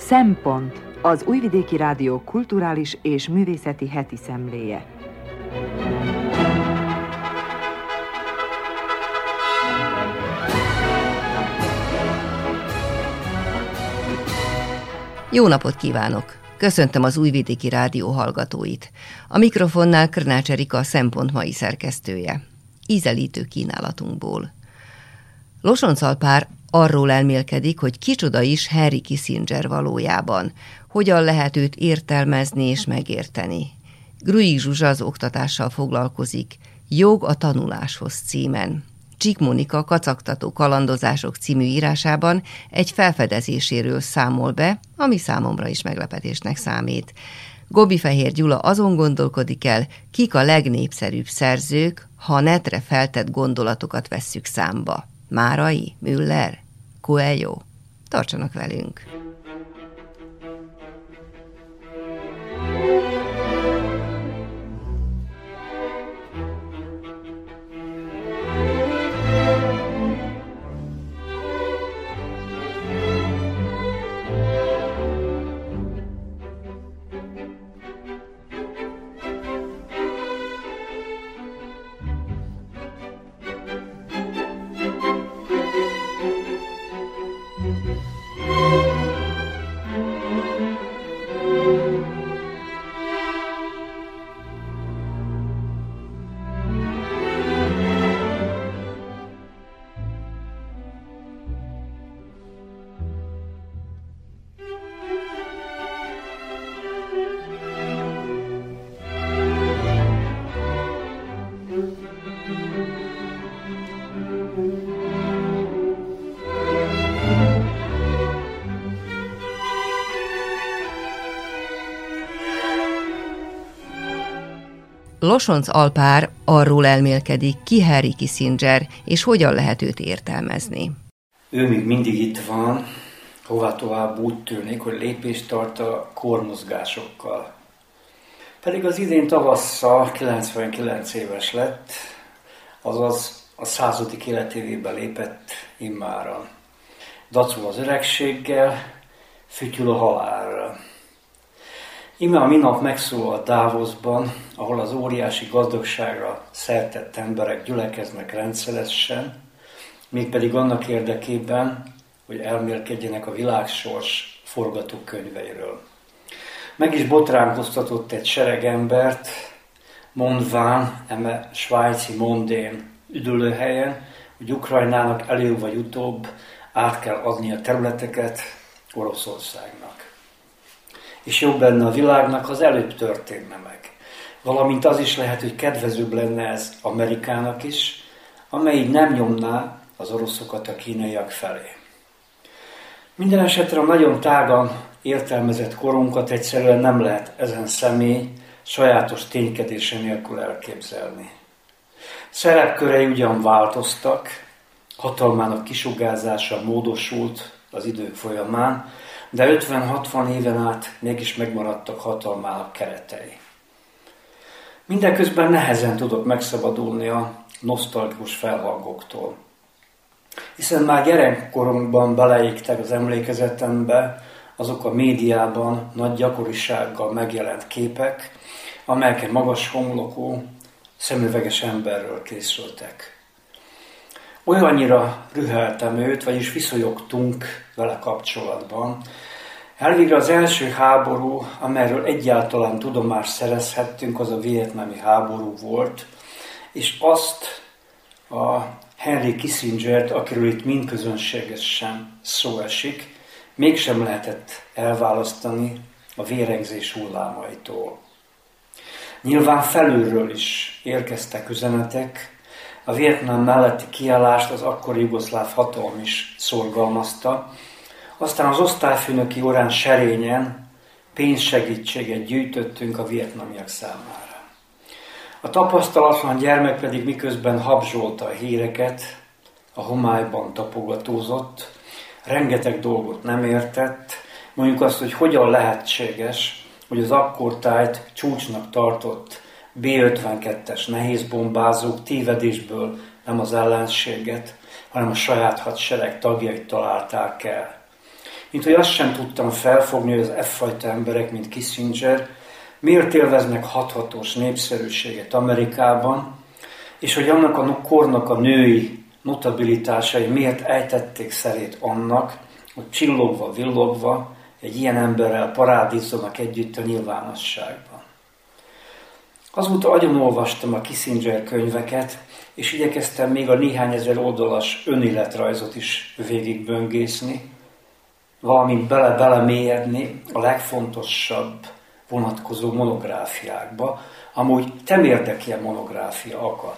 Szempont, az Újvidéki Rádió kulturális és művészeti heti szemléje. Jó napot kívánok! Köszöntöm az Újvidéki Rádió hallgatóit. A mikrofonnál Krnács Erika, a Szempont mai szerkesztője. Ízelítő kínálatunkból. Losoncalpár arról elmélkedik, hogy kicsoda is Henry Kissinger valójában. Hogyan lehet őt értelmezni és megérteni. Gruig Zsuzsa az oktatással foglalkozik, Jog a tanuláshoz címen. Csík Mónika Kacagtató kalandozások című írásában egy felfedezéséről számol be, ami számomra is meglepetésnek számít. Gobbi-Fehér Gyula azon gondolkodik el, kik a legnépszerűbb szerzők, ha a netre feltett gondolatokat vesszük számba. Márai, Müller, Coelho. Tartsanak velünk! Losoncalpár arról elmélkedik, ki Henry Kissinger, és hogyan lehet őt értelmezni. Ő még mindig itt van, hová tovább úgy tűnik, hogy lépést tart a kormozgásokkal. Pedig az idén tavasszal 99 éves lett, azaz a 100. életévébe lépett immáron. Dacol az öregséggel, fütyül a halálra. Íme a minap megszólalt Davosban, ahol az óriási gazdagságra szert tett emberek gyülekeznek rendszeresen, mégpedig annak érdekében, hogy elmélkedjenek a világsors forgatókönyveiről. Meg is botránkoztatott egy sereg embert, mondván eme svájci mondén üdülőhelyen, hogy Ukrajnának előbb vagy utóbb át kell adni a területeket Oroszországnak. És jobb lenne a világnak, az előbb történne meg. Valamint az is lehet, hogy kedvezőbb lenne ez Amerikának is, amely így nem nyomná az oroszokat a kínaiak felé. Minden esetre a nagyon tágan értelmezett korunkat egyszerűen nem lehet ezen személy sajátos ténykedése nélkül elképzelni. Szerepkörei ugyan változtak, hatalmának kisugárzása módosult az idők folyamán, de 50-60 éven át mégis megmaradtak hatalmának keretei. Mindeközben nehezen tudok megszabadulni a nosztalgikus felhangoktól. Hiszen már gyerekkorunkban beleégtek az emlékezetembe azok a médiában nagy gyakorisággal megjelent képek, amelyek egy magas homlokú, szemüveges emberről készültek. Olyannyira rüheltem őt, vagyis viszonyogtunk vele kapcsolatban. Elvégre az első háború, amelyről egyáltalán tudomást szerezhettünk, az a vietnámi háború volt, és azt a Henry Kissingert, akiről itt mindközönségesen szó esik, mégsem lehetett elválasztani a vérengzés hullámaitól. Nyilván felülről is érkeztek üzenetek, a Vietnám melletti kiállást az akkori jugoszláv hatalom is szorgalmazta, aztán az osztályfőnöki órán serényen pénzsegítséget gyűjtöttünk a vietnamiak számára. A tapasztalatlan gyermek pedig miközben habzsolta a híreket, a homályban tapogatózott, rengeteg dolgot nem értett, mondjuk azt, hogy hogyan lehetséges, hogy az akkortájt csúcsnak tartott B-52-es nehézbombázók tévedésből nem az ellenséget, hanem a saját hadsereg tagjait találták el. Mint hogy azt sem tudtam felfogni, hogy az F-fajta emberek, mint Kissinger, miért élveznek hathatós népszerűséget Amerikában, és hogy annak a kornak a női notabilitásai miért ejtették szerét annak, hogy csillogva, villogva egy ilyen emberrel parádizzanak együtt a nyilvánosságban. Azóta agyonolvastam a Kissinger könyveket, és igyekeztem még a néhány ezer oldalas önéletrajzot is végigböngészni, valamint bele mélyedni a legfontosabb vonatkozó monográfiákba, amúgy temérdek ilyen monográfia akad.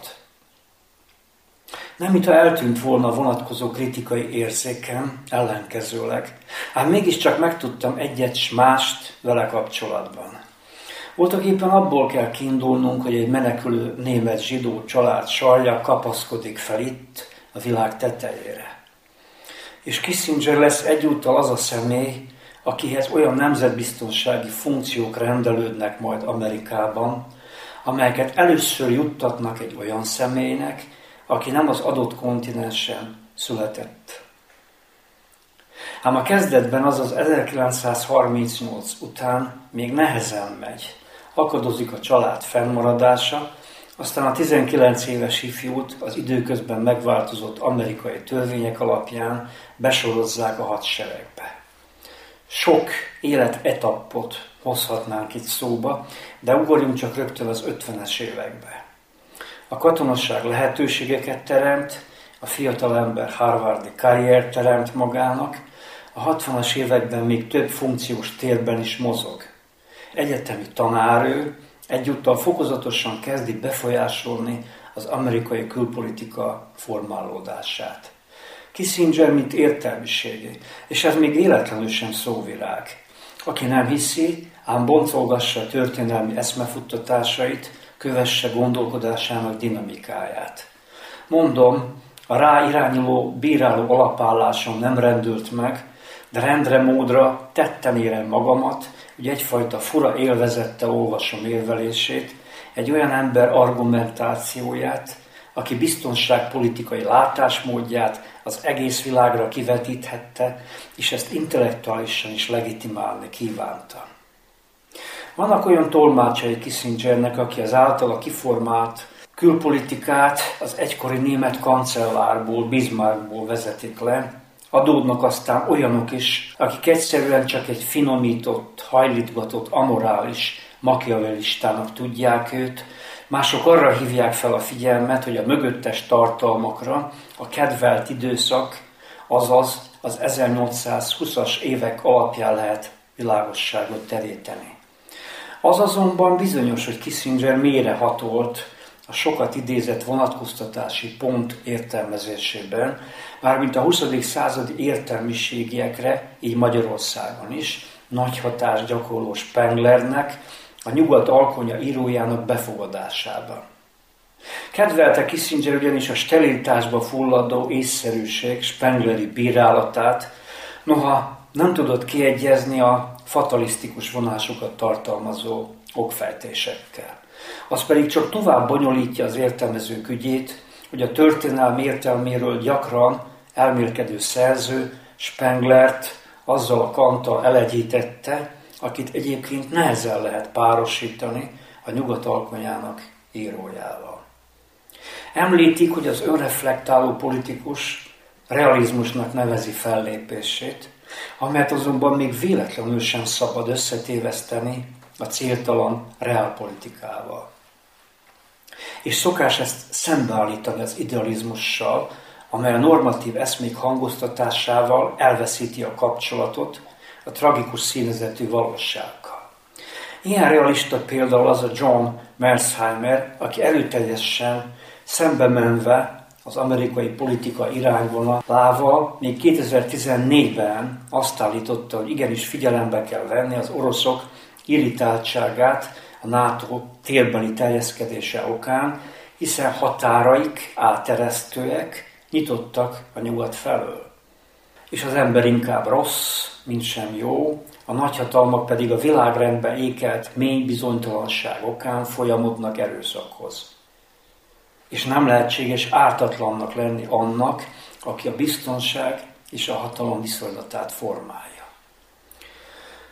Nem, mintha eltűnt volna a vonatkozó kritikai érzékem, ellenkezőleg, ám mégiscsak megtudtam egyet s mást vele kapcsolatban. Voltak éppen abból kell kiindulnunk, hogy egy menekülő német zsidó család sarja kapaszkodik fel itt, a világ tetejére. És Kissinger lesz egyúttal az a személy, akihez olyan nemzetbiztonsági funkciók rendelődnek majd Amerikában, amelyeket először juttatnak egy olyan személynek, aki nem az adott kontinensen született. Ám a kezdetben, azaz 1938 után még nehezen megy. Akadozik a család fennmaradása, aztán a 19 éves ifjút az időközben megváltozott amerikai törvények alapján besorozzák a hadseregbe. Sok életetappot hozhatnánk itt szóba, de ugorjunk csak rögtön az 50-es évekbe. A katonasság lehetőségeket teremt, a fiatalember harvardi karriert teremt magának, a 60-as években még több funkciós térben is mozog. Egyetemi tanárő, egyúttal fokozatosan kezdi befolyásolni az amerikai külpolitika formálódását. Kissinger, mint értelmiségi, és ez még életlenül sem szóvirág. Aki nem hiszi, ám boncolgassa a történelmi eszmefuttatásait, kövesse gondolkodásának dinamikáját. Mondom, a rá irányuló bíráló alapállásom nem rendült meg, de rendre módra tetten érem magamat, hogy egyfajta fura élvezettel olvasom érvelését, egy olyan ember argumentációját, aki biztonságpolitikai látásmódját az egész világra kivetíthette, és ezt intellektuálisan is legitimálni kívánta. Vannak olyan tolmácsai Kissingernek, aki az általa kiformált külpolitikát az egykori német kancellárból, Bismarckból vezetik le. Adódnak aztán olyanok is, akik egyszerűen csak egy finomított, hajlítgatott, amorális machiavellistának tudják őt, mások arra hívják fel a figyelmet, hogy a mögöttes tartalmakra a kedvelt időszak, azaz az 1820-as évek alapján lehet világosságot teríteni. Az azonban bizonyos, hogy Kissinger mélyre hatolt a sokat idézett vonatkoztatási pont értelmezésében, mármint a 20. századi értelmiségiekre, így Magyarországon is, nagy hatást gyakorló Spenglernek, a Nyugat alkonya írójának befogadásában. Kedvelte Kissinger ugyanis a sterilitásba fulladó észszerűség Spengleri bírálatát, noha nem tudott kiegyezni a fatalisztikus vonásokat tartalmazó okfejtésekkel. Az pedig csak tovább bonyolítja az értelmezők ügyét, hogy a történelem értelméről gyakran elmélkedő szerző Spenglert azzal a Kanttal elegyítette, akit egyébként nehezen lehet párosítani a Nyugat alkonyának írójával. Említik, hogy az önreflektáló politikus realizmusnak nevezi fellépését, amelyet azonban még véletlenül sem szabad összetéveszteni a céltalan reálpolitikával. És szokás ezt szembeállítani az idealizmussal, amely a normatív eszmék hangoztatásával elveszíti a kapcsolatot a tragikus színezetű valósággal. Ilyen realista például az a John Mersheimer, aki erőteljesen szembe menve az amerikai politika irányvonalával még 2014-ben azt állította, hogy igenis figyelembe kell venni az oroszok irritáltságát a NATO térbeli terjeszkedése okán, hiszen határaik áteresztőek, nyitottak a nyugat felől. És az ember inkább rossz, mint sem jó, a nagyhatalmak pedig a világrendbe ékelt mély bizonytalanság okán folyamodnak erőszakhoz. És nem lehetséges ártatlannak lenni annak, aki a biztonság és a hatalom viszonylatát formálja.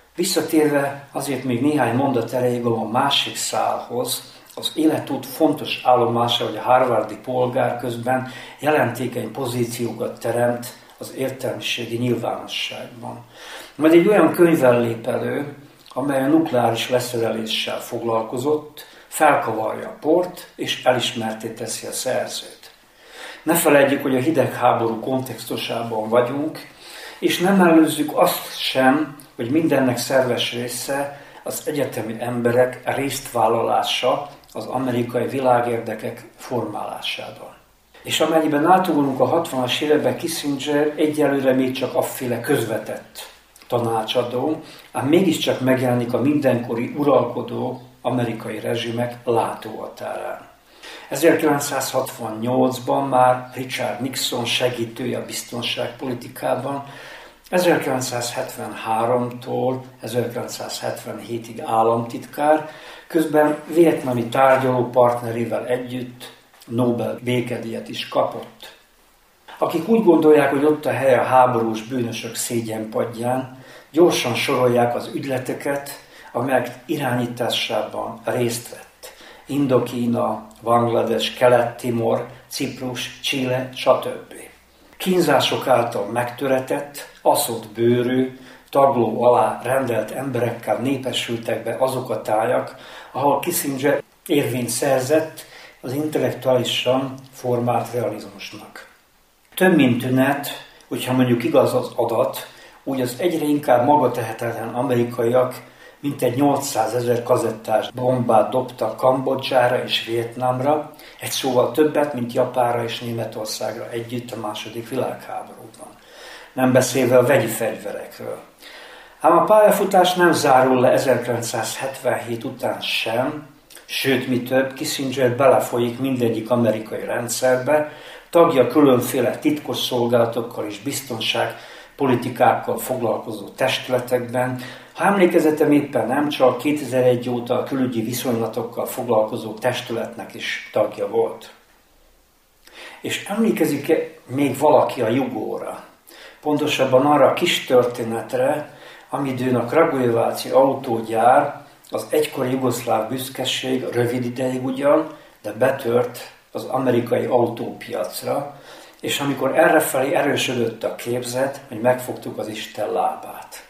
Visszatérve azért még néhány mondat erejéig a másik szálhoz, az életút fontos állomása, hogy a harvardi polgár közben jelentékeny pozíciókat teremt az értelmiségi nyilvánosságban. Majd egy olyan könyvvel lép elő, amely a nukleáris leszereléssel foglalkozott, felkavarja a port és elismertté teszi a szerzőt. Ne feledjük, hogy a hidegháború kontextusában vagyunk, és nem előzzük azt sem, hogy mindennek szerves része az egyetemi emberek résztvállalása az amerikai világérdekek formálásában. És amennyiben átugolunk a 60-as években, Kissinger egyelőre még csak afféle közvetett tanácsadó, ám mégiscsak megjelenik a mindenkori uralkodó amerikai rezsimek látóhatárán. 1968-ban már Richard Nixon segítője a biztonságpolitikában, 1973-tól 1977-ig államtitkár, közben vietnami tárgyaló partnerével együtt Nobel békedíjat is kapott. Akik úgy gondolják, hogy ott a helye a háborús bűnösök szégyenpadján, gyorsan sorolják az ügyleteket, amelyek irányításában részt vett. Indokína, Banglades, Kelet-Timor, Ciprus, Chile, stb. Kínzások által megtöretett, aszott bőrű, tagló alá rendelt emberekkel népesültek be azok a tájak, ahol Kissinger érvényt szerzett az intellektuálisan formált realizmusnak. Több mint tünet, hogyha mondjuk igaz az adat, úgy az egyre inkább magatehetetlen amerikaiak mintegy 800 000 kazettás bombát dobtak Kambodzsára és Vietnámra, egy szóval többet, mint Japánra és Németországra együtt a második világháborúban. Nem beszélve a vegyi fegyverekről. Ám a pályafutás nem zárul le 1977 után sem, sőt, mi több, Kissinger belefolyik mindegyik amerikai rendszerbe, tagja különféle titkosszolgálatokkal és biztonságpolitikákkal foglalkozó testületekben. Ha emlékezetem éppen nem csak 2001 óta a külügyi viszonylatokkal foglalkozó testületnek is tagja volt. És emlékezik-e még valaki a Jugóra? Pontosabban arra a kis történetre, amidőn a Kragujeváci autógyár, az egykori jugoszláv büszkeség rövid ideig ugyan, de betört az amerikai autópiacra, és amikor errefelé erősödött a képzet, hogy megfogtuk az Isten lábát.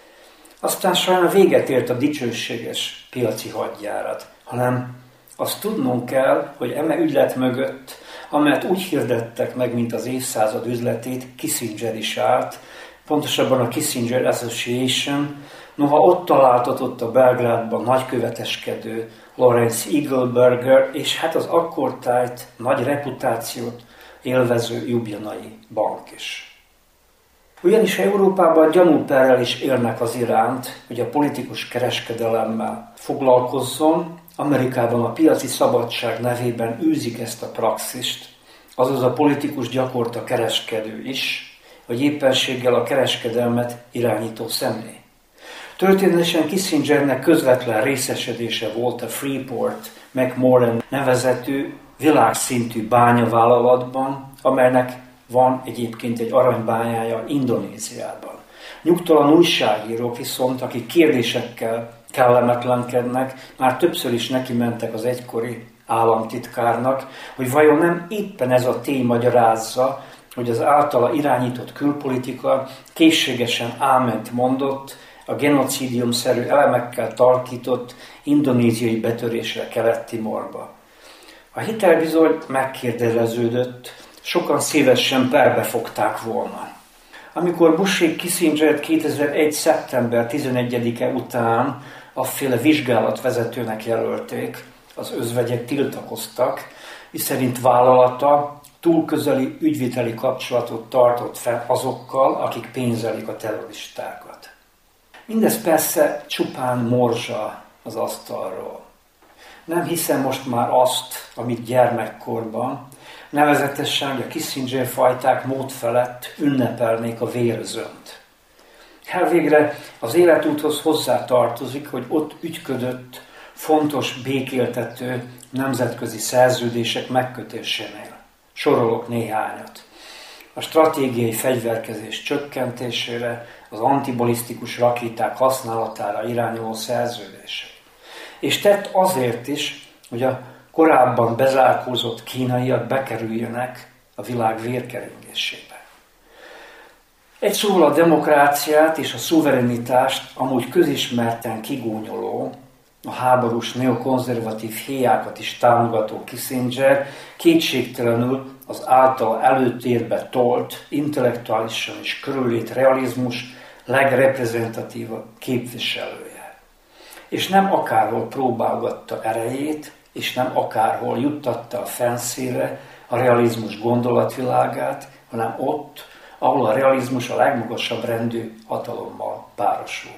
Aztán sajnos véget ért a dicsőséges piaci hadjárat, hanem azt tudnunk kell, hogy eme ügylet mögött, amelyet úgy hirdettek meg, mint az évszázad üzletét, Kissinger is állt, pontosabban a Kissinger Association, noha ott találtatott a Belgrádban nagyköveteskedő Lawrence Eagleburger, és hát az akkortájt nagy reputációt élvező Ljubljanai bank is. Ugyanis Európában gyanúperrel is élnek az iránt, hogy a politikus kereskedelemmel foglalkozzon, Amerikában a piaci szabadság nevében űzik ezt a praxist, azaz a politikus gyakorta kereskedő is, vagy éppenséggel a kereskedelmet irányító személy. Történetesen Kissingernek közvetlen részesedése volt a Freeport McMoran nevezetű világszintű bányavállalatban, amelynek van egyébként egy aranybányája Indonéziában. Nyugtalan újságírók viszont, akik kérdésekkel kellemetlenkednek, már többször is neki mentek az egykori államtitkárnak, hogy vajon nem éppen ez a tény magyarázza, hogy az általa irányított külpolitika készségesen áment mondott a genocidium-szerű elemekkel tarkított indonéziai betörésre Kelet-Timorba. A hitel bizony megkérdeződött, sokan szívesen perbe fogták volna. Amikor Bushék Kissingert 2001. szeptember 11-e után afféle vizsgálatvezetőnek jelölték, az özvegyek tiltakoztak, miszerint vállalata túl közeli ügyviteli kapcsolatot tartott fel azokkal, akik pénzelik a terroristákat. Mindez persze csupán morzsa az asztalról. Nem hiszem most már azt, amit gyermekkorban, nevezetesen, hogy a Kissinger fajták mód felett ünnepelnék a vérözönt. Elvégre az életúthoz hozzá tartozik, hogy ott ügyködött fontos békéltető nemzetközi szerződések megkötésénél. Sorolok néhányat. a stratégiai fegyverkezés csökkentésére, az antibalisztikus rakéták használatára irányuló szerződések. És tett azért is, hogy a korábban bezárkózott kínaiak bekerüljenek a világ vérkeringésébe. Egy szóval a demokráciát és a szuverenitást amúgy közismerten kigúnyoló, a háborús neokonzervatív héjákat is támogató Kissinger kétségtelenül az által előtérbe tolt, intellektuálisan és körülét realizmus legreprezentatívabb képviselője. És nem akárhol próbálgatta erejét, és nem akárhol juttatta a fenszére a realizmus gondolatvilágát, hanem ott, ahol a realizmus a legmagasabb rendű hatalommal párosult.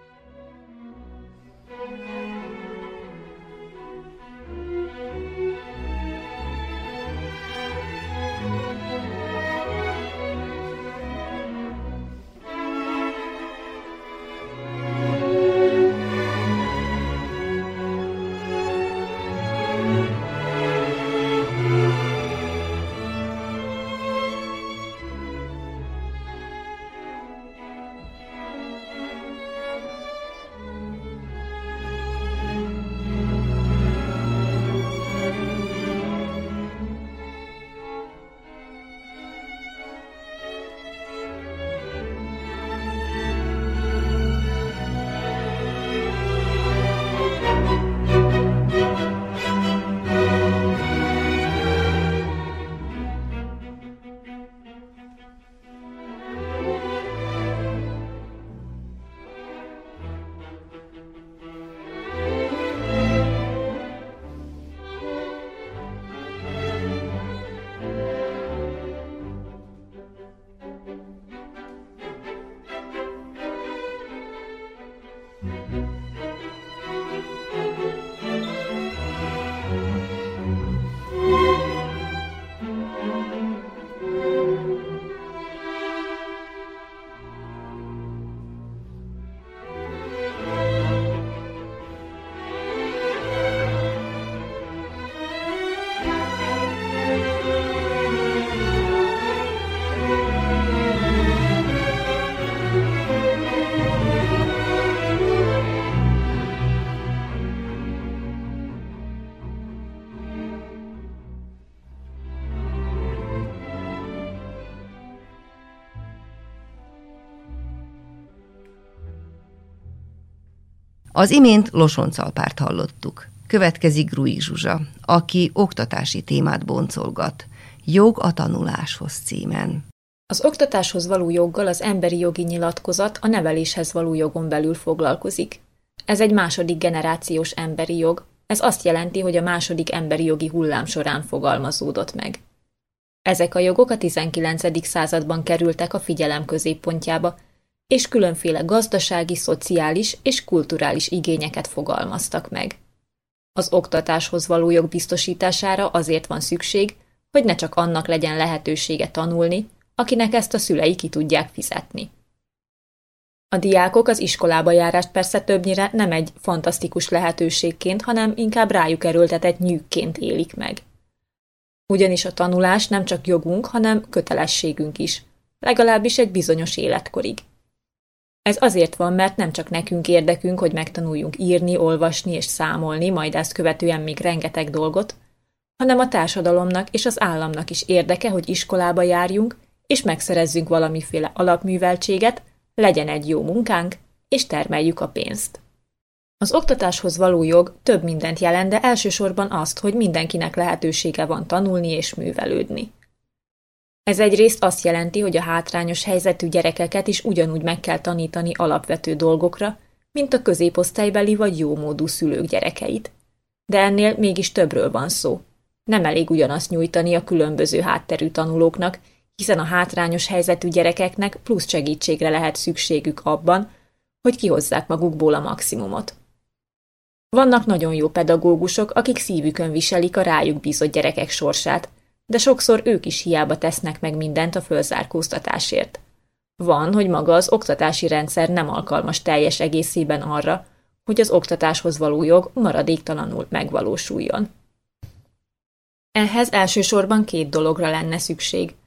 Az imént Losoncalpárt hallottuk. Következik Gruig Zsuzsa, aki oktatási témát boncolgat. Jog a tanuláshoz címen. Az oktatáshoz való joggal az emberi jogi nyilatkozat a neveléshez való jogon belül foglalkozik. Ez egy második generációs emberi jog. Ez azt jelenti, hogy a második emberi jogi hullám során fogalmazódott meg. Ezek a jogok a 19. században kerültek a figyelem középpontjába, és különféle gazdasági, szociális és kulturális igényeket fogalmaztak meg. Az oktatáshoz való jog biztosítására azért van szükség, hogy ne csak annak legyen lehetősége tanulni, akinek ezt a szülei ki tudják fizetni. A diákok az iskolába járást persze többnyire nem egy fantasztikus lehetőségként, hanem inkább rájuk erőltetett nyűgként élik meg. Ugyanis a tanulás nem csak jogunk, hanem kötelességünk is, legalábbis egy bizonyos életkorig. Ez azért van, mert nem csak nekünk érdekünk, hogy megtanuljunk írni, olvasni és számolni, majd ezt követően még rengeteg dolgot, hanem a társadalomnak és az államnak is érdeke, hogy iskolába járjunk, és megszerezzünk valamiféle alapműveltséget, legyen egy jó munkánk, és termeljük a pénzt. Az oktatáshoz való jog több mindent jelent, de elsősorban azt, hogy mindenkinek lehetősége van tanulni és művelődni. Ez egyrészt azt jelenti, hogy a hátrányos helyzetű gyerekeket is ugyanúgy meg kell tanítani alapvető dolgokra, mint a középosztálybeli vagy jómódú szülők gyerekeit. De ennél mégis többről van szó. Nem elég ugyanazt nyújtani a különböző hátterű tanulóknak, hiszen a hátrányos helyzetű gyerekeknek plusz segítségre lehet szükségük abban, hogy kihozzák magukból a maximumot. Vannak nagyon jó pedagógusok, akik szívükön viselik a rájuk bízott gyerekek sorsát, de sokszor ők is hiába tesznek meg mindent a fölzárkóztatásért. Van, hogy maga az oktatási rendszer nem alkalmas teljes egészében arra, hogy az oktatáshoz való jog maradéktalanul megvalósuljon. Ehhez elsősorban két dologra lenne szükség.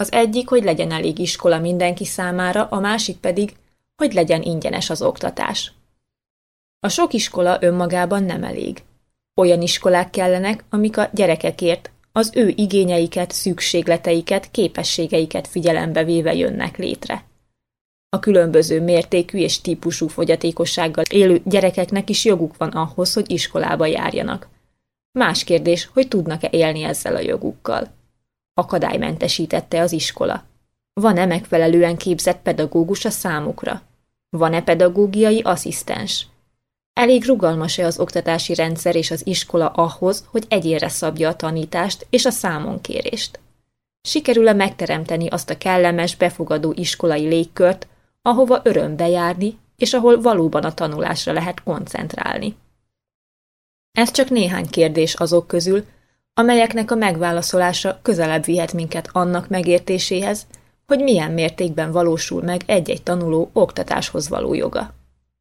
Az egyik, hogy legyen elég iskola mindenki számára, a másik pedig, hogy legyen ingyenes az oktatás. A sok iskola önmagában nem elég. Olyan iskolák kellenek, amik a gyerekekért, az ő igényeiket, szükségleteiket, képességeiket figyelembe véve jönnek létre. A különböző mértékű és típusú fogyatékossággal élő gyerekeknek is joguk van ahhoz, hogy iskolába járjanak. Más kérdés, hogy tudnak-e élni ezzel a jogukkal. Akadálymentesítette az iskola. Van-e megfelelően képzett pedagógus a számukra? Van-e pedagógiai asszisztens? Elég rugalmas-e az oktatási rendszer és az iskola ahhoz, hogy egyénre szabja a tanítást és a számonkérést? Sikerül-e megteremteni azt a kellemes, befogadó iskolai légkört, ahova örömbe járni, és ahol valóban a tanulásra lehet koncentrálni? Ez csak néhány kérdés azok közül, amelyeknek a megválaszolása közelebb vihet minket annak megértéséhez, hogy milyen mértékben valósul meg egy-egy tanuló oktatáshoz való joga.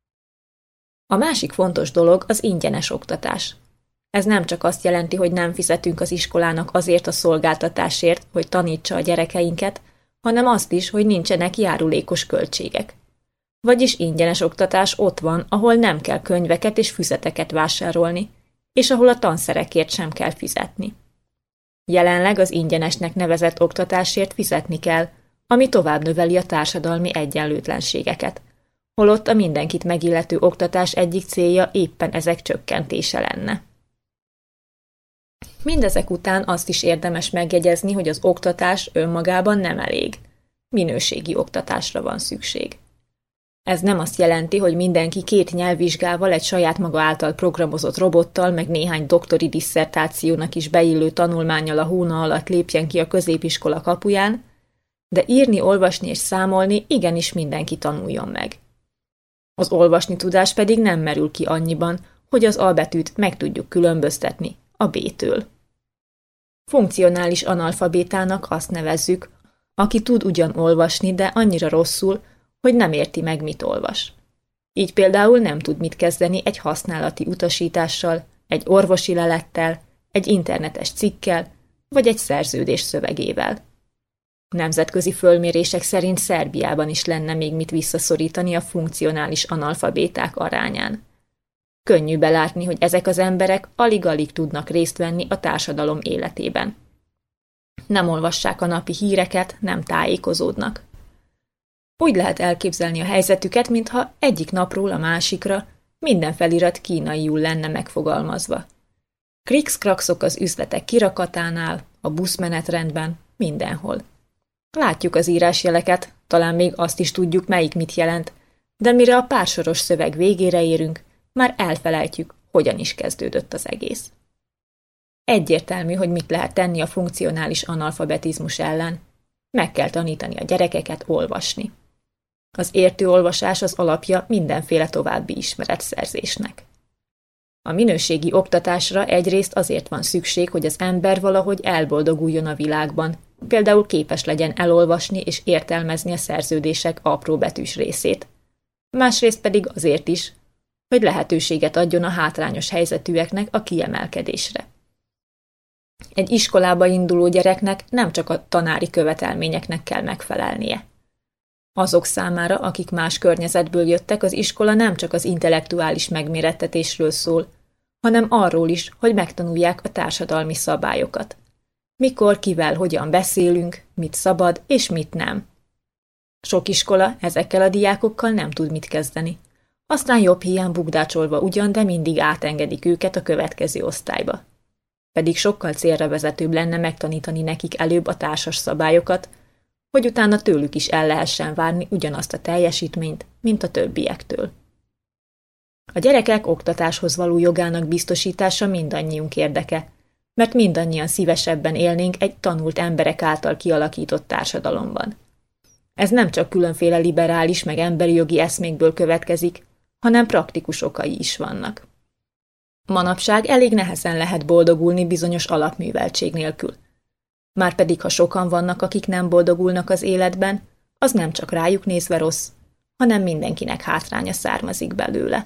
A másik fontos dolog az ingyenes oktatás. Ez nem csak azt jelenti, hogy nem fizetünk az iskolának azért a szolgáltatásért, hogy tanítsa a gyerekeinket, hanem azt is, hogy nincsenek járulékos költségek. Vagyis ingyenes oktatás ott van, ahol nem kell könyveket és füzeteket vásárolni, és ahol a tanszerekért sem kell fizetni. Jelenleg az ingyenesnek nevezett oktatásért fizetni kell, ami tovább növeli a társadalmi egyenlőtlenségeket, holott a mindenkit megillető oktatás egyik célja éppen ezek csökkentése lenne. Mindezek után azt is érdemes megjegyezni, hogy az oktatás önmagában nem elég. Minőségi oktatásra van szükség. Ez nem azt jelenti, hogy mindenki 2 nyelvvizsgával, egy saját maga által programozott robottal, meg néhány doktori disszertációnak is beillő tanulmánnyal a hóna alatt lépjen ki a középiskola kapuján, de írni, olvasni és számolni igenis mindenki tanuljon meg. Az olvasni tudás pedig nem merül ki annyiban, hogy az A betűt meg tudjuk különböztetni a B-től. Funkcionális analfabétának azt nevezzük, aki tud ugyan olvasni, de annyira rosszul, hogy nem érti meg, mit olvas. Így például nem tud mit kezdeni egy használati utasítással, egy orvosi lelettel, egy internetes cikkkel, vagy egy szerződés szövegével. Nemzetközi fölmérések szerint Szerbiában is lenne még mit visszaszorítani a funkcionális analfabéták arányán. Könnyű belátni, hogy ezek az emberek alig-alig tudnak részt venni a társadalom életében. Nem olvassák a napi híreket, nem tájékozódnak. Úgy lehet elképzelni a helyzetüket, mintha egyik napról a másikra minden felirat kínaiul lenne megfogalmazva. Krikszkrakszok az üzletek kirakatánál, a buszmenetrendben, mindenhol. Látjuk az írásjeleket, talán még azt is tudjuk, melyik mit jelent, de mire a pársoros szöveg végére érünk, már elfelejtjük, hogyan is kezdődött az egész. Egyértelmű, hogy mit lehet tenni a funkcionális analfabetizmus ellen. Meg kell tanítani a gyerekeket olvasni. Az értő olvasás az alapja mindenféle további ismeretszerzésnek. A minőségi oktatásra egyrészt azért van szükség, hogy az ember valahogy elboldoguljon a világban, például képes legyen elolvasni és értelmezni a szerződések apróbetűs részét. Másrészt pedig azért is, hogy lehetőséget adjon a hátrányos helyzetűeknek a kiemelkedésre. Egy iskolába induló gyereknek nem csak a tanári követelményeknek kell megfelelnie. Azok számára, akik más környezetből jöttek, az iskola nem csak az intellektuális megmérettetésről szól, hanem arról is, hogy megtanulják a társadalmi szabályokat. Mikor, kivel, hogyan beszélünk, mit szabad és mit nem. Sok iskola ezekkel a diákokkal nem tud mit kezdeni. Aztán jobb híján bukdácsolva ugyan, de mindig átengedik őket a következő osztályba. Pedig sokkal célra vezetőbb lenne megtanítani nekik előbb a társas szabályokat, hogy utána tőlük is el lehessen várni ugyanazt a teljesítményt, mint a többiektől. A gyerekek oktatáshoz való jogának biztosítása mindannyiunk érdeke, mert mindannyian szívesebben élnénk egy tanult emberek által kialakított társadalomban. Ez nem csak különféle liberális meg emberi jogi eszmékből következik, hanem praktikus okai is vannak. Manapság elég nehezen lehet boldogulni bizonyos alapműveltség nélkül. Márpedig, ha sokan vannak, akik nem boldogulnak az életben, az nem csak rájuk nézve rossz, hanem mindenkinek hátránya származik belőle.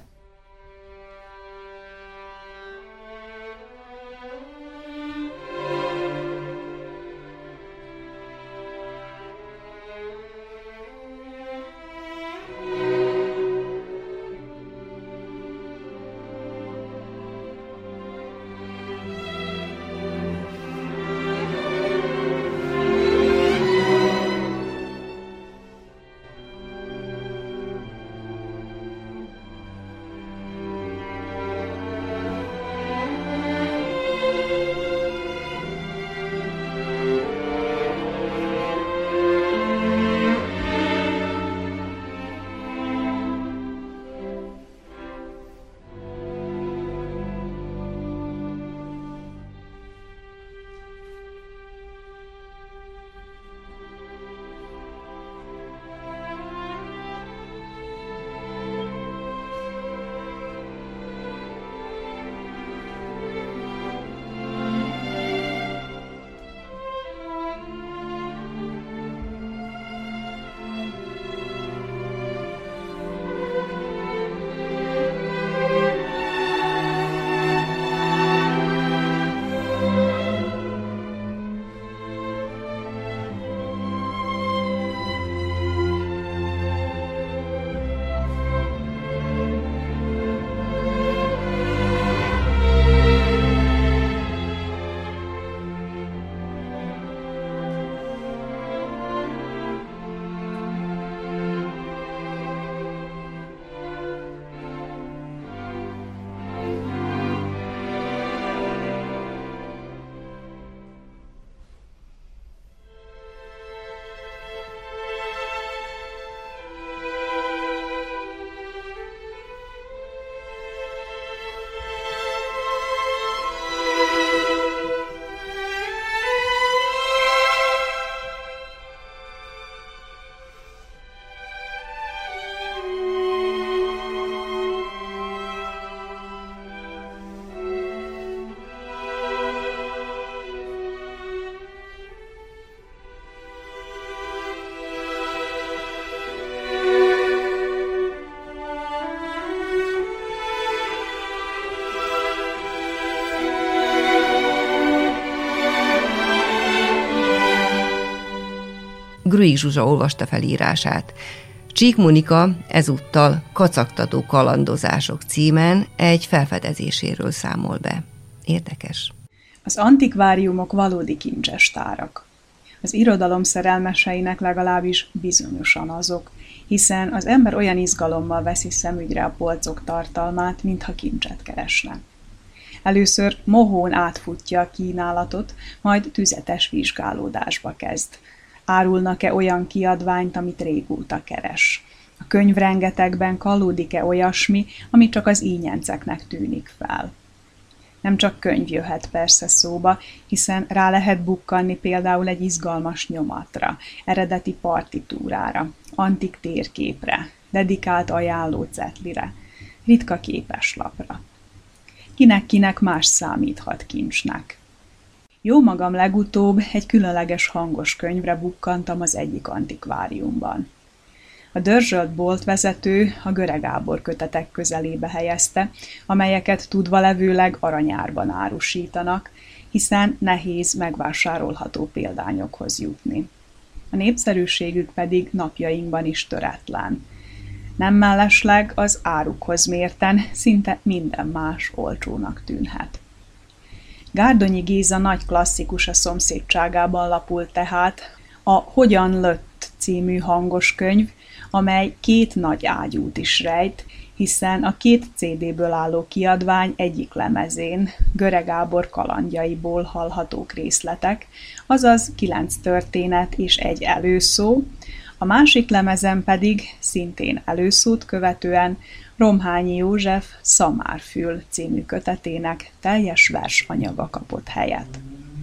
Gruig Zsuzsa olvasta fel írását. Csík Monika ezúttal Kacagtató kalandozások címen egy felfedezéséről számol be. Érdekes. Az antikváriumok valódi kincses tárak. Az irodalom szerelmeseinek legalábbis bizonyosan azok, hiszen az ember olyan izgalommal veszi szemügyre a polcok tartalmát, mintha kincset keresne. Először mohón átfutja a kínálatot, majd tüzetes vizsgálódásba kezd. Árulnak-e olyan kiadványt, amit régóta keres? A könyvrengetegben kallódik-e olyasmi, ami csak az ínyenceknek tűnik fel? Nem csak könyv jöhet persze szóba, hiszen rá lehet bukkanni például egy izgalmas nyomatra, eredeti partitúrára, antik térképre, dedikált ajánlócetlire, ritka képeslapra. Kinek-kinek más számíthat kincsnek. Jó magam legutóbb egy különleges hangos könyvre bukkantam az egyik antikváriumban. A dörzsölt boltvezető a Göre Gábor kötetek közelébe helyezte, amelyeket tudvalevőleg aranyárban árusítanak, hiszen nehéz megvásárolható példányokhoz jutni. A népszerűségük pedig napjainkban is töretlen. Nem mellesleg az árukhoz mérten szinte minden más olcsónak tűnhet. Gárdonyi Géza nagy klasszikus a szomszédságában lapul tehát a Hogyan lött című hangos könyv, amely 2 nagy ágyút is rejt, hiszen a 2 CD-ből álló kiadvány egyik lemezén Göre Gábor kalandjaiból hallhatók részletek, azaz 9 történet és egy előszó, a másik lemezen pedig szintén előszót követően Romhányi József Szamárfül című kötetének teljes versanyaga kapott helyet.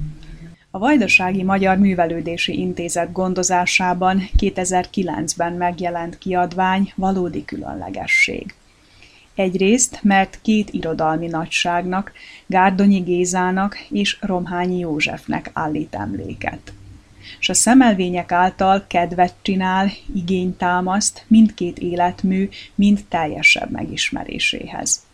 A Vajdasági Magyar Művelődési Intézet gondozásában 2009-ben megjelent kiadvány valódi különlegesség. Egyrészt, mert 2 irodalmi nagyságnak, Gárdonyi Gézának és Romhányi Józsefnek állít emléket. És a szemelvények által kedvet csinál, igényt támaszt mindkét életmű mind teljesebb megismeréséhez.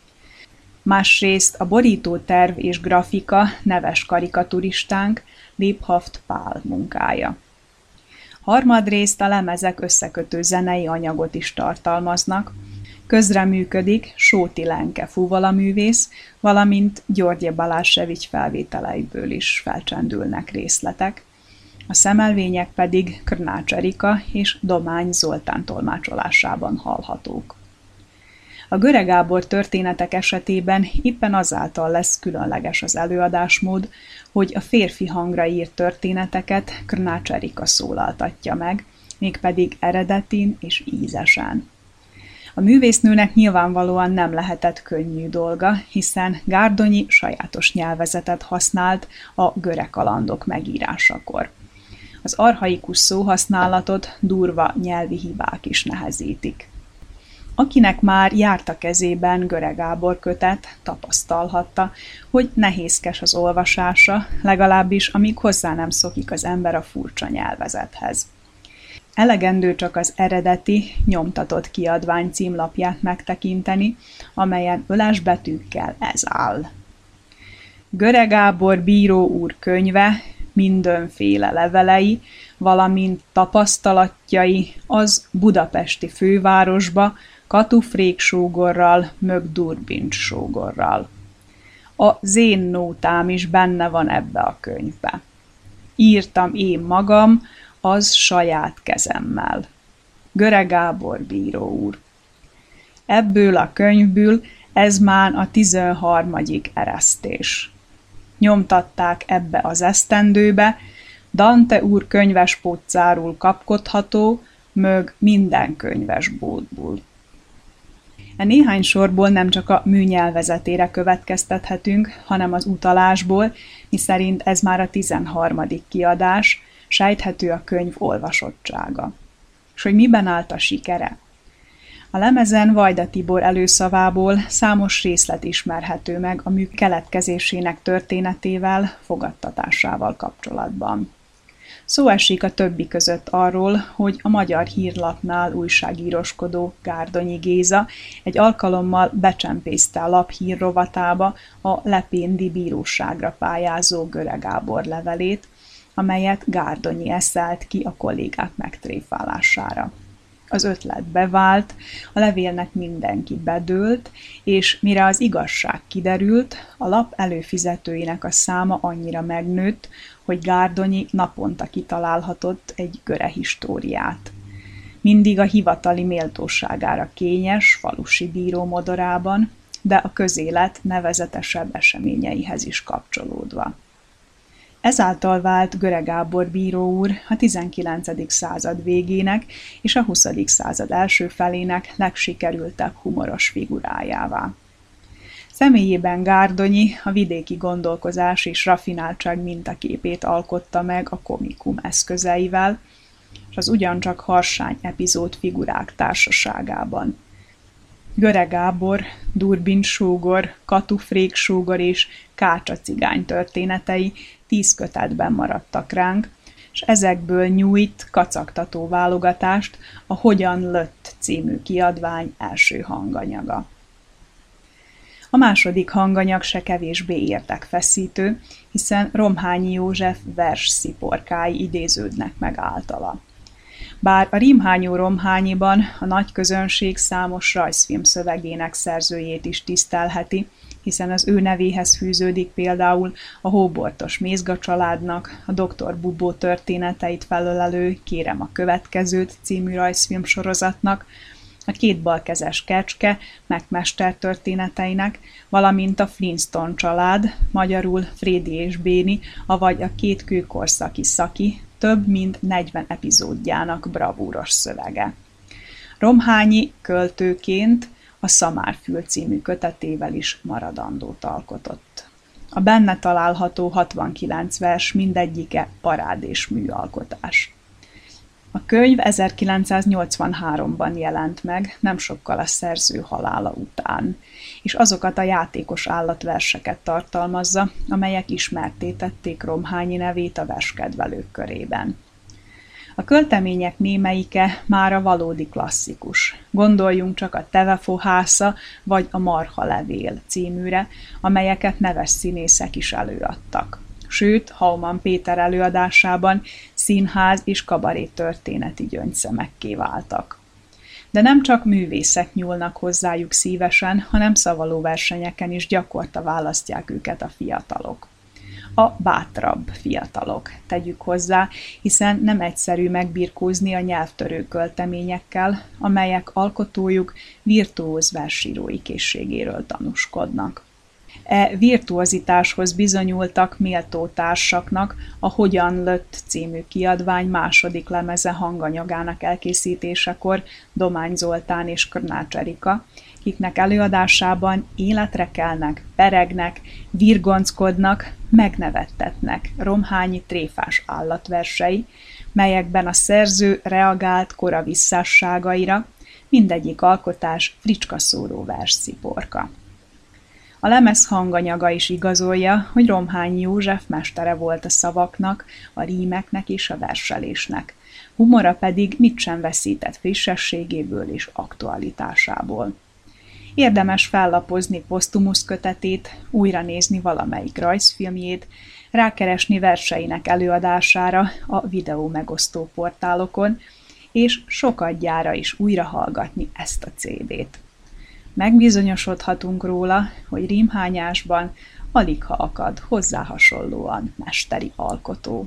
Másrészt a borítóterv és grafika neves karikaturistánk Lebhaft Pál munkája. Harmadrészt a lemezek összekötő zenei anyagot is tartalmaznak, közreműködik Sóti Lenke fuvalaművész, valamint György Balázsevics felvételeiből is felcsendülnek részletek, a szemelvények pedig Krnács Erika és Domány Zoltán tolmácsolásában hallhatók. A Göre Gábor történetek esetében éppen azáltal lesz különleges az előadásmód, hogy a férfi hangra írt történeteket Krnács Erika szólaltatja meg, mégpedig eredetin és ízesen. A művésznőnek nyilvánvalóan nem lehetett könnyű dolga, hiszen Gárdonyi sajátos nyelvezetet használt a göre kalandok megírásakor. Az archaikus szóhasználatot durva nyelvi hibák is nehezítik. Akinek már járt a kezében Göre Gábor kötet, tapasztalhatta, hogy nehézkes az olvasása, legalábbis amíg hozzá nem szokik az ember a furcsa nyelvezethez. Elegendő csak az eredeti, nyomtatott kiadvány címlapját megtekinteni, amelyen ölesbetűkkel ez áll. Göre Gábor bíró úr könyve, mindenféle levelei, valamint tapasztalatjai az budapesti fővárosba Katufrék sógorral, mög Durbincs sógorral. A zén nótám is benne van ebbe a könyvbe. Írtam én magam, az saját kezemmel. Göre Gábor bíró úr. Ebből a könyvből ez már a 13. eresztés. Nyomtatták ebbe az esztendőbe, Dante úr könyvespótcárul kapkodható, mög minden könyvesboltból. E néhány sorból nem csak a műnyelvezetére következtethetünk, hanem az utalásból, miszerint ez már a 13. kiadás, sejthető a könyv olvasottsága. És hogy miben állt a sikere? A lemezen Vajda Tibor előszavából számos részlet ismerhető meg a mű keletkezésének történetével, fogadtatásával kapcsolatban. Szó esik a többi között arról, hogy a Magyar Hírlapnál újságíroskodó Gárdonyi Géza egy alkalommal becsempészte a lap hírrovatába a lepéndi bíróságra pályázó Göre Gábor levelét, amelyet Gárdonyi eszelt ki a kollégák megtréfálására. Az ötlet bevált, a levélnek mindenki bedőlt, és mire az igazság kiderült, a lap előfizetőinek a száma annyira megnőtt, hogy Gárdonyi naponta kitalálhatott egy göre históriát. Mindig a hivatali méltóságára kényes, falusi bíró modorában, de a közélet nevezetesebb eseményeihez is kapcsolódva. Ezáltal vált Göre Gábor bíró úr a 19. század végének és a 20. század első felének legsikerültebb humoros figurájává. Személyében Gárdonyi a vidéki gondolkozás és raffináltság mintaképét alkotta meg a komikum eszközeivel, és az ugyancsak harsány epizód figurák társaságában. Göre Gábor, Durbin sógor, Katufrék sógor és Kácsa cigány történetei 10 kötetben maradtak ránk, és ezekből nyújt kacagtató válogatást a Hogyan lött című kiadvány első hanganyaga. A második hanganyag se kevésbé érdekfeszítő, hiszen Romhányi József verssziporkái idéződnek meg általa. Bár a Rímhányó Romhányiban a nagy közönség számos rajzfilm szövegének szerzőjét is tisztelheti, hiszen az ő nevéhez fűződik például a Hóbortos Mézga családnak, a Dr. Bubó történeteit felölelő Kérem a következőt című rajzfilm sorozatnak, a Két balkezes kecske megmester történeteinek, valamint a Flintstone család, magyarul Frédi és Béni, avagy a Két kőkorszaki szaki, több mint 40 epizódjának bravúros szövege. Romhányi költőként a Szamárfül című kötetével is maradandót alkotott. A benne található 69 vers mindegyike parád és műalkotás. A könyv 1983-ban jelent meg, nem sokkal a szerző halála után, és azokat a játékos állatverseket tartalmazza, amelyek ismertté tették Romhányi nevét a verskedvelők körében. A költemények némelyike már a valódi klasszikus. Gondoljunk csak a Tevefohásza vagy a Marhalevél címűre, amelyeket neves színészek is előadtak. Sőt, Hauman Péter előadásában színház és kabaré történeti gyöngyszemek váltak. De nem csak művészek nyúlnak hozzájuk szívesen, hanem szavalóversenyeken is gyakorta választják őket a fiatalok. A bátrabb fiatalok, tegyük hozzá, hiszen nem egyszerű megbirkózni a nyelvtörő költeményekkel, amelyek alkotójuk virtuóz versírói készségéről tanúskodnak. E virtuozitáshoz bizonyultak méltó társaknak a Hogyan lött című kiadvány második lemeze hanganyagának elkészítésekor Domány Zoltán és Krnács Erika, kiknek előadásában életre kelnek, peregnek, virgonckodnak, megnevettetnek Romhányi tréfás állatversei, melyekben a szerző reagált kora visszásságaira, mindegyik alkotás fricskaszóró verssziporka. A lemez hanganyaga is igazolja, hogy Romhányi József mestere volt a szavaknak, a rímeknek és a verselésnek. Humora pedig mit sem veszített frissességéből és aktualitásából. Érdemes fellapozni posztumusz kötetét, újra nézni valamelyik rajzfilmjét, rákeresni verseinek előadására a videó megosztó portálokon, és sokadjára is újra hallgatni ezt a CD-t. Megbizonyosodhatunk róla, hogy rímhányásban aligha akad hozzá hasonlóan mesteri alkotó.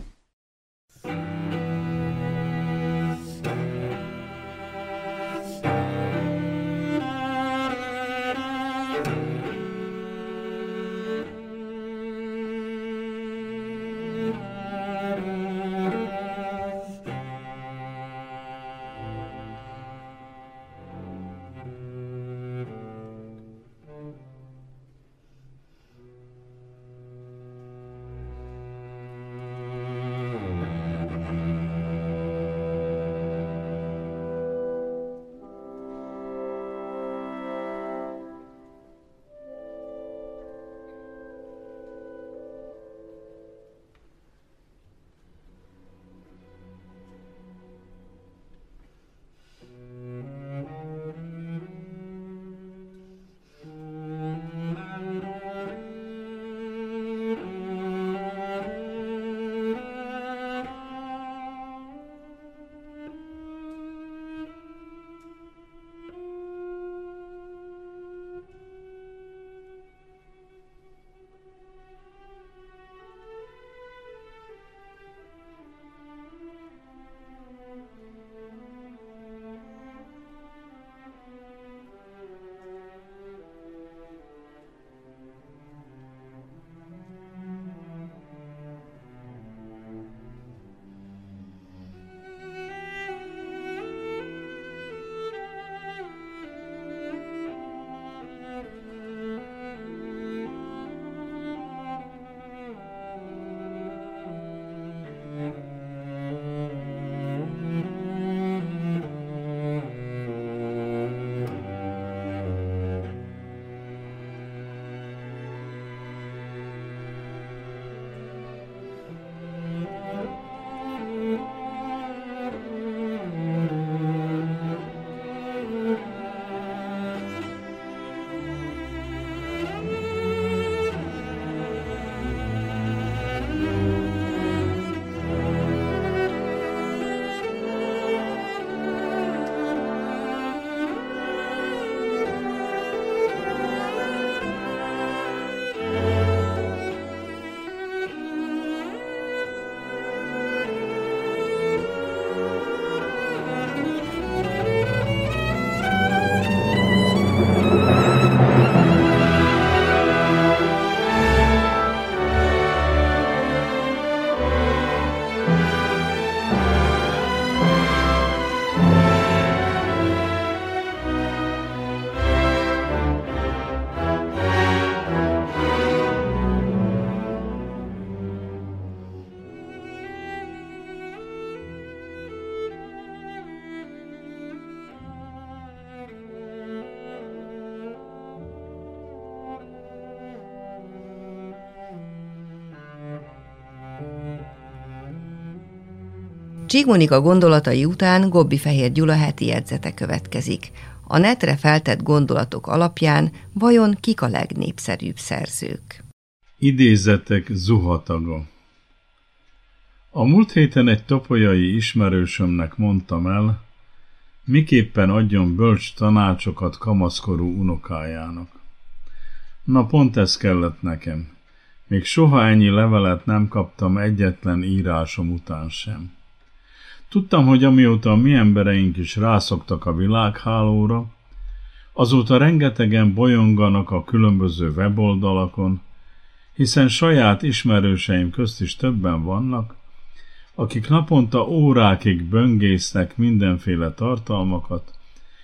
Csík Monika gondolatai után Gobbi Fehér Gyula heti jegyzete következik. A netre feltett gondolatok alapján vajon kik a legnépszerűbb szerzők? Idézetek zuhataga. A múlt héten egy topolyai ismerősömnek mondtam el, miképpen adjon bölcs tanácsokat kamaszkorú unokájának. Na pont ez kellett nekem. Még soha ennyi levelet nem kaptam egyetlen írásom után sem. Tudtam, hogy amióta a mi embereink is rászoktak a világhálóra, azóta rengetegen bolyonganak a különböző weboldalakon, hiszen saját ismerőseim közt is többen vannak, akik naponta órákig böngésznek mindenféle tartalmakat,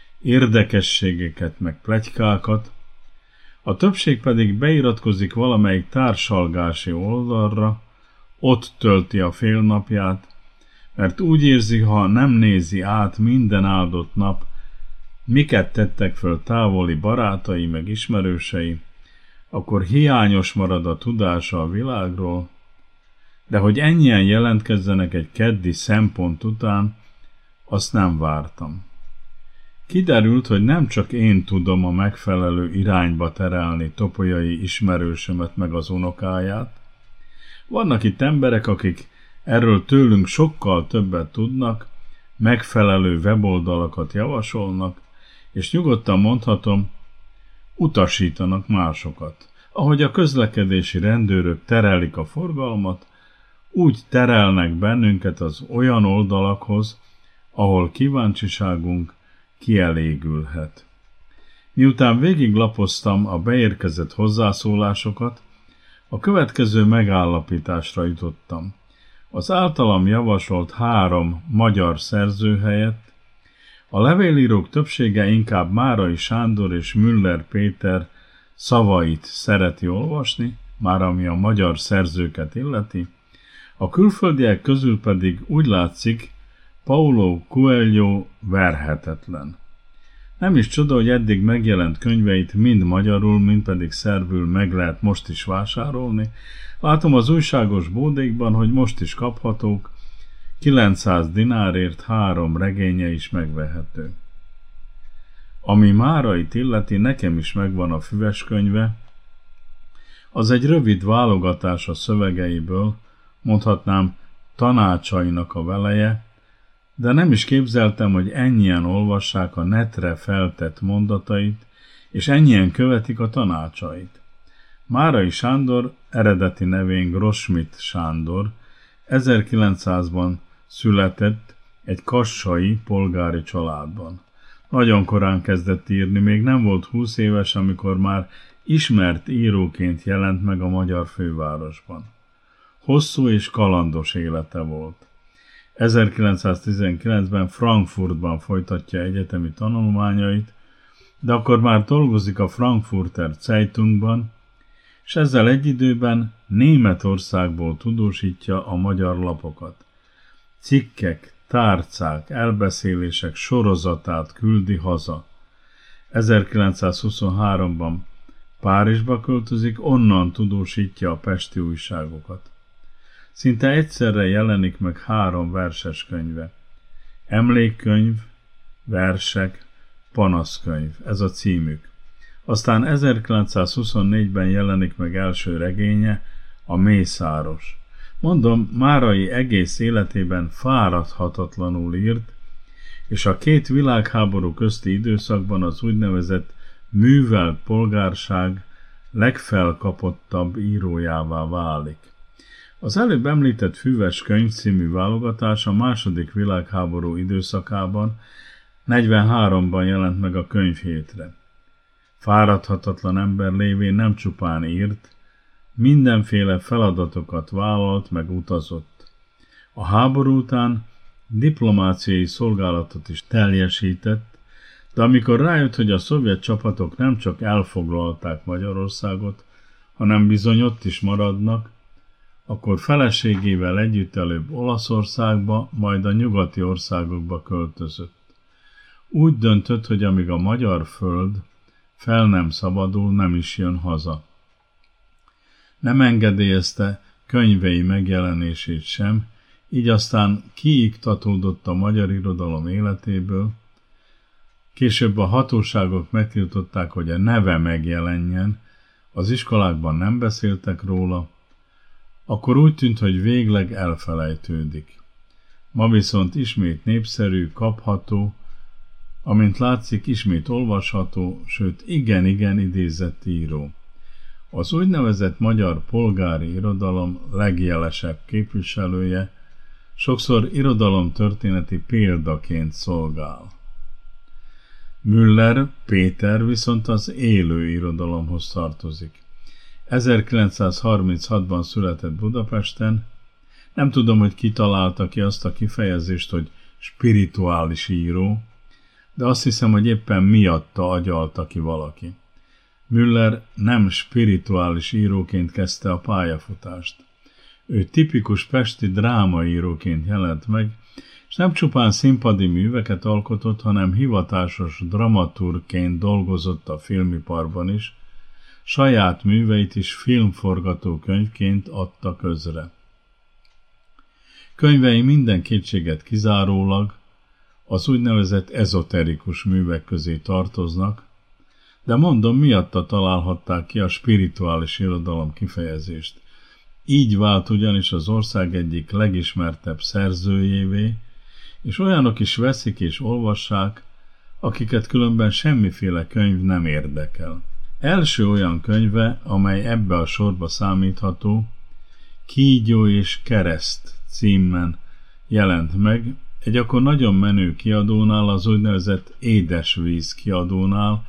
érdekességeket meg pletykákat, a többség pedig beiratkozik valamelyik társalgási oldalra, ott tölti a félnapját, mert úgy érzi, ha nem nézi át minden áldott nap, miket tettek föl távoli barátai meg ismerősei, akkor hiányos marad a tudása a világról, de hogy ennyien jelentkezzenek egy keddi szempont után, azt nem vártam. Kiderült, hogy nem csak én tudom a megfelelő irányba terelni topolyai ismerősömet meg az unokáját. Vannak itt emberek, akik erről tőlünk sokkal többet tudnak, megfelelő weboldalakat javasolnak, és nyugodtan mondhatom, utasítanak másokat. Ahogy a közlekedési rendőrök terelik a forgalmat, úgy terelnek bennünket az olyan oldalakhoz, ahol kíváncsiságunk kielégülhet. Miután végiglapoztam a beérkezett hozzászólásokat, a következő megállapításra jutottam. Az általam javasolt 3 magyar szerző helyett a levélírók többsége inkább Márai Sándor és Müller Péter szavait szereti olvasni, már ami a magyar szerzőket illeti, a külföldiek közül pedig úgy látszik, Paulo Coelho verhetetlen. Nem is csoda, hogy eddig megjelent könyveit mind magyarul, mind pedig szerbül meg lehet most is vásárolni. Látom az újságos bódékban, hogy most is kaphatók, 900 dinárért 3 regénye is megvehető. Ami Márait illeti, nekem is megvan a füves könyve, az egy rövid válogatás a szövegeiből, mondhatnám tanácsainak a veleje, de nem is képzeltem, hogy ennyien olvassák a netre feltett mondatait, és ennyien követik a tanácsait. Márai Sándor, eredeti nevén Grossmit Sándor, 1900-ban született egy kassai polgári családban. Nagyon korán kezdett írni, még nem volt 20 éves, amikor már ismert íróként jelent meg a magyar fővárosban. Hosszú és kalandos élete volt. 1919-ben Frankfurtban folytatja egyetemi tanulmányait, de akkor már dolgozik a Frankfurter Zeitungban, és ezzel egy időben Németországból tudósítja a magyar lapokat. Cikkek, tárcák, elbeszélések sorozatát küldi haza. 1923-ban Párizsba költözik, onnan tudósítja a pesti újságokat. Szinte egyszerre jelenik meg 3 verses könyve. Emlékkönyv, versek, panaszkönyv, ez a címük. Aztán 1924-ben jelenik meg első regénye, a Mészáros. Mondom, Márai egész életében fáradhatatlanul írt, és a 2 világháború közti időszakban az úgynevezett művelt polgárság legfelkapottabb írójává válik. Az előbb említett Füves könyv című válogatás a II. Világháború időszakában 43-ban jelent meg a könyvhétre. Fáradhatatlan ember lévén nem csupán írt, mindenféle feladatokat vállalt meg utazott. A háború után diplomáciai szolgálatot is teljesített, de amikor rájött, hogy a szovjet csapatok nem csak elfoglalták Magyarországot, hanem bizony ott is maradnak, akkor feleségével együtt előbb Olaszországba, majd a nyugati országokba költözött. Úgy döntött, hogy amíg a magyar föld fel nem szabadul, nem is jön haza. Nem engedélyezte könyvei megjelenését sem, így aztán kiiktatódott a magyar irodalom életéből. Később a hatóságok megtiltották, hogy a neve megjelenjen, az iskolákban nem beszéltek róla, akkor úgy tűnt, hogy végleg elfelejtődik. Ma viszont ismét népszerű, kapható, amint látszik, ismét olvasható, sőt igen idézett író. Az úgynevezett magyar polgári irodalom legjelesebb képviselője, sokszor irodalomtörténeti példaként szolgál. Müller Péter viszont az élő irodalomhoz tartozik. 1936-ban született Budapesten. Nem tudom, hogy ki találta ki azt a kifejezést, hogy spirituális író, de azt hiszem, hogy éppen miatta agyalta ki valaki. Müller nem spirituális íróként kezdte a pályafutást. Ő tipikus pesti drámaíróként jelent meg, és nem csupán színpadi műveket alkotott, hanem hivatásos dramaturgként dolgozott a filmiparban is, saját műveit is filmforgatókönyvként adta közre. Könyvei minden kétséget kizárólag az úgynevezett ezoterikus művek közé tartoznak, de mondom, miatta találhatták ki a spirituális irodalom kifejezést. Így vált ugyanis az ország egyik legismertebb szerzőjévé, és olyanok is veszik és olvassák, akiket különben semmiféle könyv nem érdekel. Első olyan könyve, amely ebbe a sorba számítható, Kígyó és kereszt címen jelent meg, egy akkor nagyon menő kiadónál, az úgynevezett Édesvíz kiadónál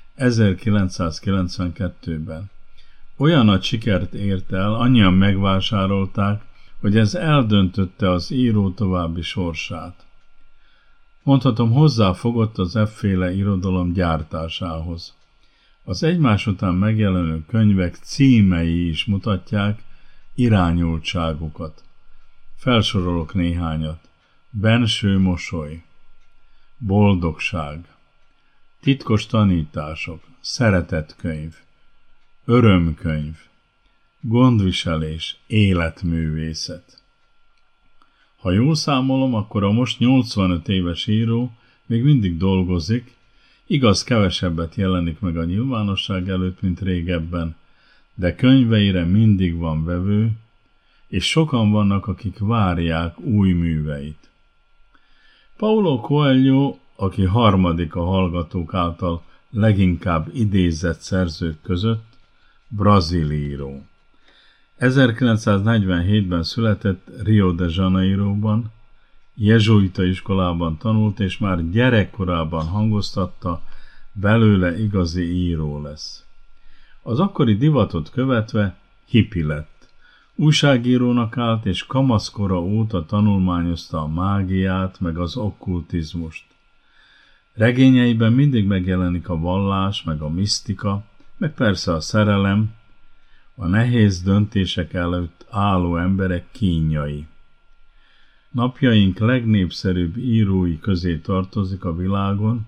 1992-ben. Olyan nagy sikert ért el, annyian megvásárolták, hogy ez eldöntötte az író további sorsát. Mondhatom, hozzáfogott az efféle irodalom gyártásához. Az egymás után megjelenő könyvek címei is mutatják irányultságukat. Felsorolok néhányat. Benső mosoly, boldogság, titkos tanítások, szeretetkönyv, örömkönyv, gondviselés, életművészet. Ha jól számolom, akkor a most 85 éves író még mindig dolgozik, igaz, kevesebbet jelenik meg a nyilvánosság előtt, mint régebben, de könyveire mindig van vevő, és sokan vannak, akik várják új műveit. Paulo Coelho, aki harmadik a hallgatók által leginkább idézett szerzők között, brazil író. 1947-ben született Rio de Janeiroban, jezsuita iskolában tanult, és már gyerekkorában hangoztatta, belőle igazi író lesz. Az akkori divatot követve hippi lett. Újságírónak állt, és kamaszkora óta tanulmányozta a mágiát, meg az okkultizmust. Regényeiben mindig megjelenik a vallás, meg a misztika, meg persze a szerelem, a nehéz döntések előtt álló emberek kínjai. Napjaink legnépszerűbb írói közé tartozik a világon.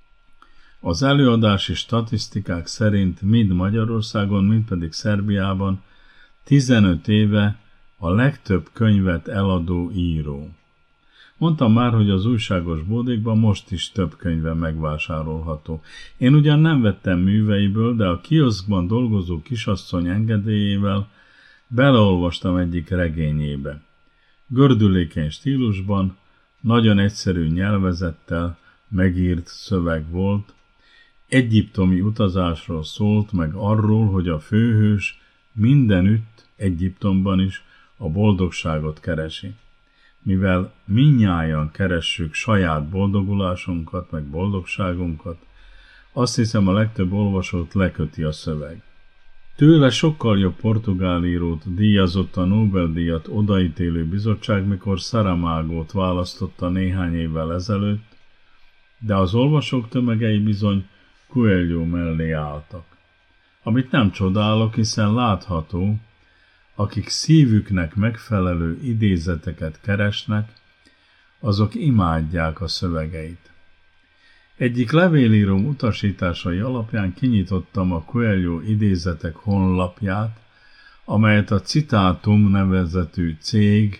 Az előadási statisztikák szerint mind Magyarországon, mind pedig Szerbiában 15 éve a legtöbb könyvet eladó író. Mondtam már, hogy az újságos bódékban most is több könyve megvásárolható. Én ugyan nem vettem műveiből, de a kioszkban dolgozó kisasszony engedélyével beleolvastam egyik regényébe. Gördülékeny stílusban, nagyon egyszerű nyelvezettel megírt szöveg volt, egyiptomi utazásról szólt, meg arról, hogy a főhős mindenütt, Egyiptomban is a boldogságot keresi. Mivel mindnyájan keressük saját boldogulásunkat, meg boldogságunkat, azt hiszem, a legtöbb olvasót leköti a szöveg. Tőle sokkal jobb portugál írót díjazott a Nobel-díjat odaítélő bizottság, mikor Saramagot választotta néhány évvel ezelőtt, de az olvasók tömegei bizony Coelho mellé álltak. Amit nem csodálok, hiszen látható, akik szívüknek megfelelő idézeteket keresnek, azok imádják a szövegeit. Egyik levélíróm utasításai alapján kinyitottam a Coelho idézetek honlapját, amelyet a Citátum nevezetű cég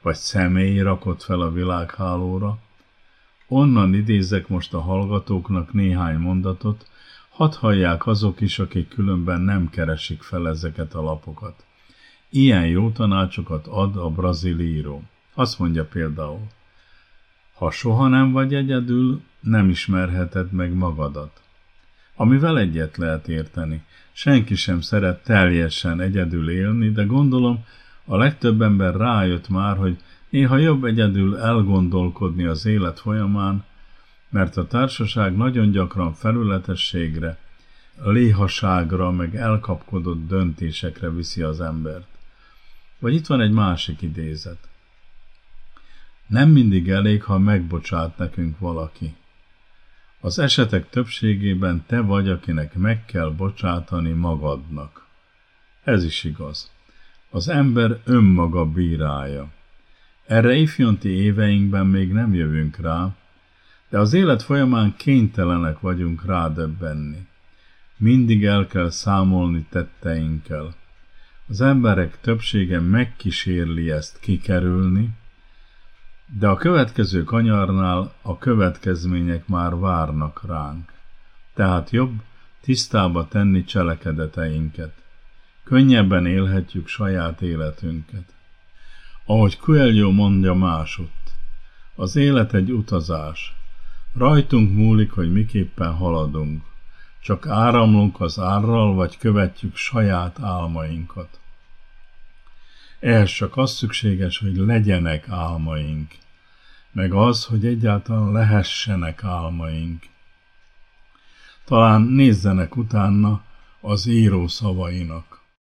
vagy személy rakott fel a világhálóra. Onnan idézek most a hallgatóknak néhány mondatot, hadd hallják azok is, akik különben nem keresik fel ezeket a lapokat. Ilyen jó tanácsokat ad a brazil író. Azt mondja például: ha soha nem vagy egyedül, nem ismerheted meg magadat. Amivel egyet lehet érteni. Senki sem szeret teljesen egyedül élni, de gondolom, a legtöbb ember rájött már, hogy néha jobb egyedül elgondolkodni az élet folyamán, mert a társaság nagyon gyakran felületességre, léhaságra, meg elkapkodott döntésekre viszi az embert. Vagy itt van egy másik idézet. Nem mindig elég, ha megbocsát nekünk valaki. Az esetek többségében te vagy, akinek meg kell bocsátani magadnak. Ez is igaz. Az ember önmaga bírálja. Erre ifjonti éveinkben még nem jövünk rá, de az élet folyamán kénytelenek vagyunk rádöbbenni. Mindig el kell számolni tetteinkkel. Az emberek többsége megkísérli ezt kikerülni, de a következő kanyarnál a következmények már várnak ránk. Tehát jobb tisztába tenni cselekedeteinket. Könnyebben élhetjük saját életünket. Ahogy Coelho mondja másutt, az élet egy utazás. Rajtunk múlik, hogy miképpen haladunk. Csak áramlunk az árral, vagy követjük saját álmainkat. Ehhez csak az szükséges, hogy legyenek álmaink, meg az, hogy egyáltalán lehessenek álmaink. Talán nézzenek utána az író szavainak.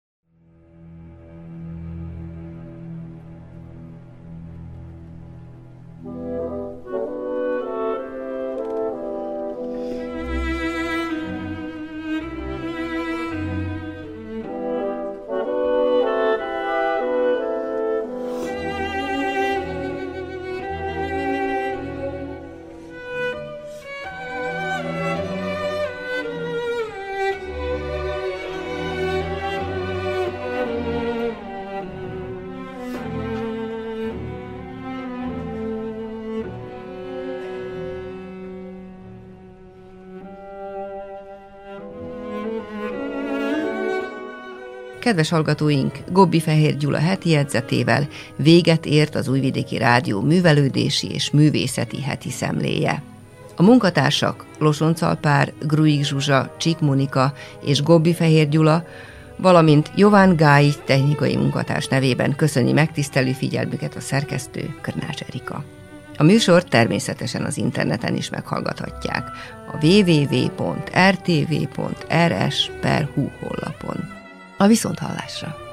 Kedves hallgatóink, Gobbi Fehér Gyula heti jegyzetével véget ért az Újvidéki Rádió művelődési és művészeti heti szemléje. A munkatársak Losoncalpár, Gruig Zsuzsa, Csík Monika és Gobbi Fehér Gyula, valamint Jován Gái technikai munkatárs nevében köszöni megtisztelő figyelmüket a szerkesztő, Krnács Erika. A műsort természetesen az interneten is meghallgathatják a www.rtv.rs.hu honlapon. A viszonthallásra!